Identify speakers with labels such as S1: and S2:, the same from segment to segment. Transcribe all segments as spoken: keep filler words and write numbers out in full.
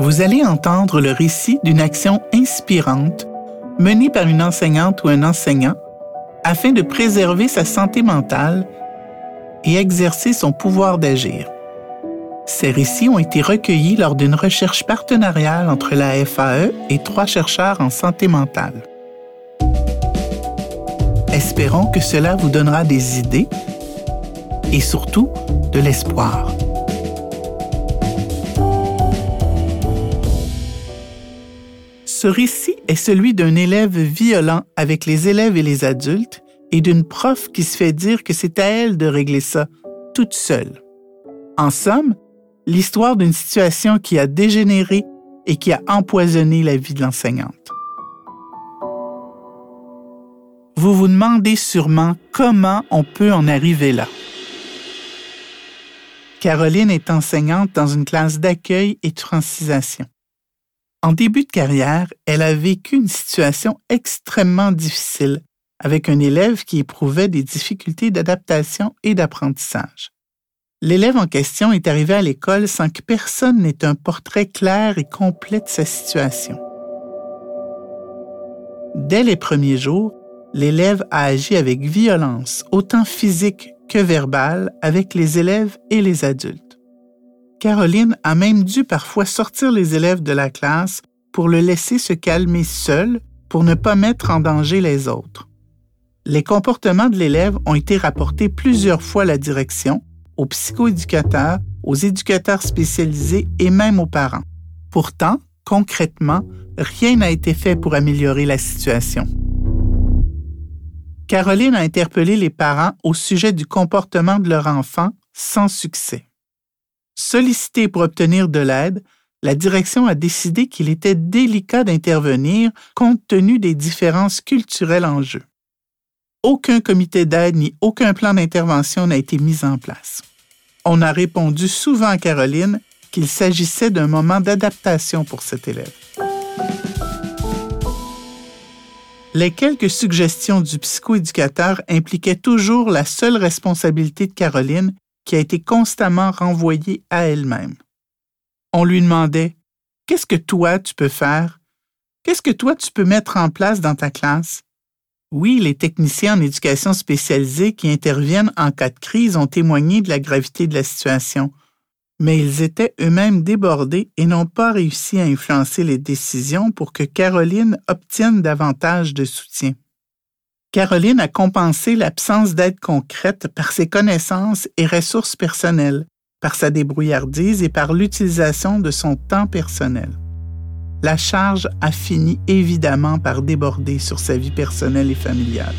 S1: Vous allez entendre le récit d'une action inspirante menée par une enseignante ou un enseignant afin de préserver sa santé mentale et exercer son pouvoir d'agir. Ces récits ont été recueillis lors d'une recherche partenariale entre la F A E et trois chercheurs en santé mentale. Espérons que cela vous donnera des idées et surtout de l'espoir. Ce récit est celui d'un élève violent avec les élèves et les adultes et d'une prof qui se fait dire que c'est à elle de régler ça toute seule. En somme, l'histoire d'une situation qui a dégénéré et qui a empoisonné la vie de l'enseignante. Vous vous demandez sûrement comment on peut en arriver là. Caroline est enseignante dans une classe d'accueil et de francisation. En début de carrière, elle a vécu une situation extrêmement difficile avec un élève qui éprouvait des difficultés d'adaptation et d'apprentissage. L'élève en question est arrivé à l'école sans que personne n'ait un portrait clair et complet de sa situation. Dès les premiers jours, l'élève a agi avec violence, autant physique que verbale, avec les élèves et les adultes. Caroline a même dû parfois sortir les élèves de la classe pour le laisser se calmer seul pour ne pas mettre en danger les autres. Les comportements de l'élève ont été rapportés plusieurs fois à la direction, aux psychoéducateurs, aux éducateurs spécialisés et même aux parents. Pourtant, concrètement, rien n'a été fait pour améliorer la situation. Caroline a interpellé les parents au sujet du comportement de leur enfant sans succès. Sollicitée pour obtenir de l'aide, la direction a décidé qu'il était délicat d'intervenir compte tenu des différences culturelles en jeu. Aucun comité d'aide ni aucun plan d'intervention n'a été mis en place. On a répondu souvent à Caroline qu'il s'agissait d'un moment d'adaptation pour cet élève. Les quelques suggestions du psychoéducateur impliquaient toujours la seule responsabilité de Caroline qui a été constamment renvoyée à elle-même. On lui demandait « Qu'est-ce que toi tu peux faire? Qu'est-ce que toi tu peux mettre en place dans ta classe? » Oui, les techniciens en éducation spécialisée qui interviennent en cas de crise ont témoigné de la gravité de la situation, mais ils étaient eux-mêmes débordés et n'ont pas réussi à influencer les décisions pour que Caroline obtienne davantage de soutien. Caroline a compensé l'absence d'aide concrète par ses connaissances et ressources personnelles, par sa débrouillardise et par l'utilisation de son temps personnel. La charge a fini évidemment par déborder sur sa vie personnelle et familiale.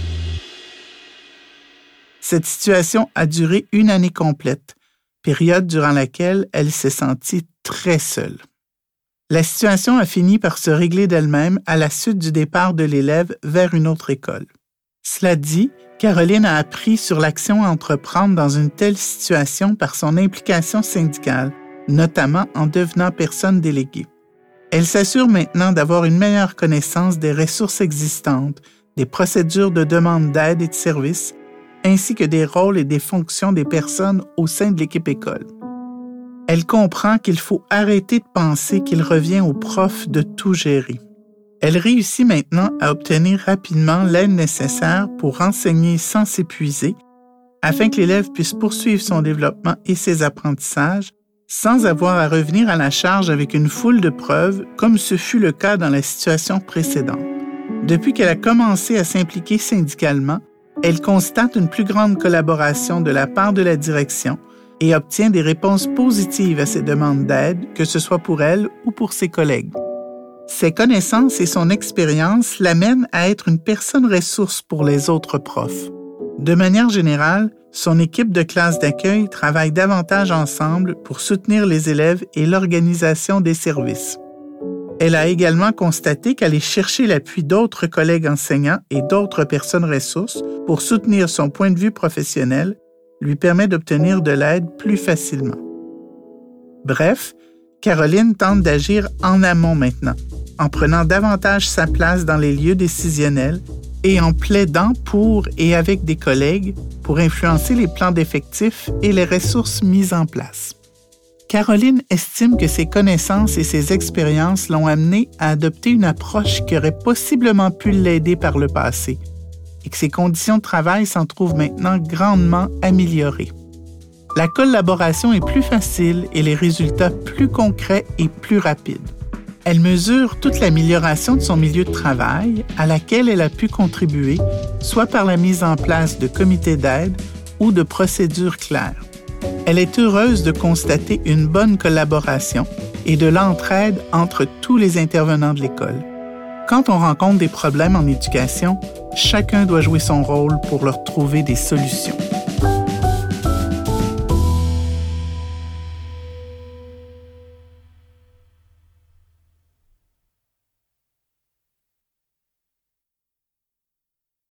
S1: Cette situation a duré une année complète, période durant laquelle elle s'est sentie très seule. La situation a fini par se régler d'elle-même à la suite du départ de l'élève vers une autre école. Cela dit, Caroline a appris sur l'action à entreprendre dans une telle situation par son implication syndicale, notamment en devenant personne déléguée. Elle s'assure maintenant d'avoir une meilleure connaissance des ressources existantes, des procédures de demande d'aide et de services, ainsi que des rôles et des fonctions des personnes au sein de l'équipe école. Elle comprend qu'il faut arrêter de penser qu'il revient aux profs de tout gérer. Elle réussit maintenant à obtenir rapidement l'aide nécessaire pour enseigner sans s'épuiser, afin que l'élève puisse poursuivre son développement et ses apprentissages, sans avoir à revenir à la charge avec une foule de preuves, comme ce fut le cas dans la situation précédente. Depuis qu'elle a commencé à s'impliquer syndicalement, elle constate une plus grande collaboration de la part de la direction et obtient des réponses positives à ses demandes d'aide, que ce soit pour elle ou pour ses collègues. Ses connaissances et son expérience l'amènent à être une personne ressource pour les autres profs. De manière générale, son équipe de classe d'accueil travaille davantage ensemble pour soutenir les élèves et l'organisation des services. Elle a également constaté qu'aller chercher l'appui d'autres collègues enseignants et d'autres personnes ressources pour soutenir son point de vue professionnel lui permet d'obtenir de l'aide plus facilement. Bref, Caroline tente d'agir en amont maintenant, en prenant davantage sa place dans les lieux décisionnels et en plaidant pour et avec des collègues pour influencer les plans d'effectifs et les ressources mises en place. Caroline estime que ses connaissances et ses expériences l'ont amenée à adopter une approche qui aurait possiblement pu l'aider par le passé et que ses conditions de travail s'en trouvent maintenant grandement améliorées. La collaboration est plus facile et les résultats plus concrets et plus rapides. Elle mesure toute l'amélioration de son milieu de travail à laquelle elle a pu contribuer, soit par la mise en place de comités d'aide ou de procédures claires. Elle est heureuse de constater une bonne collaboration et de l'entraide entre tous les intervenants de l'école. Quand on rencontre des problèmes en éducation, chacun doit jouer son rôle pour leur trouver des solutions.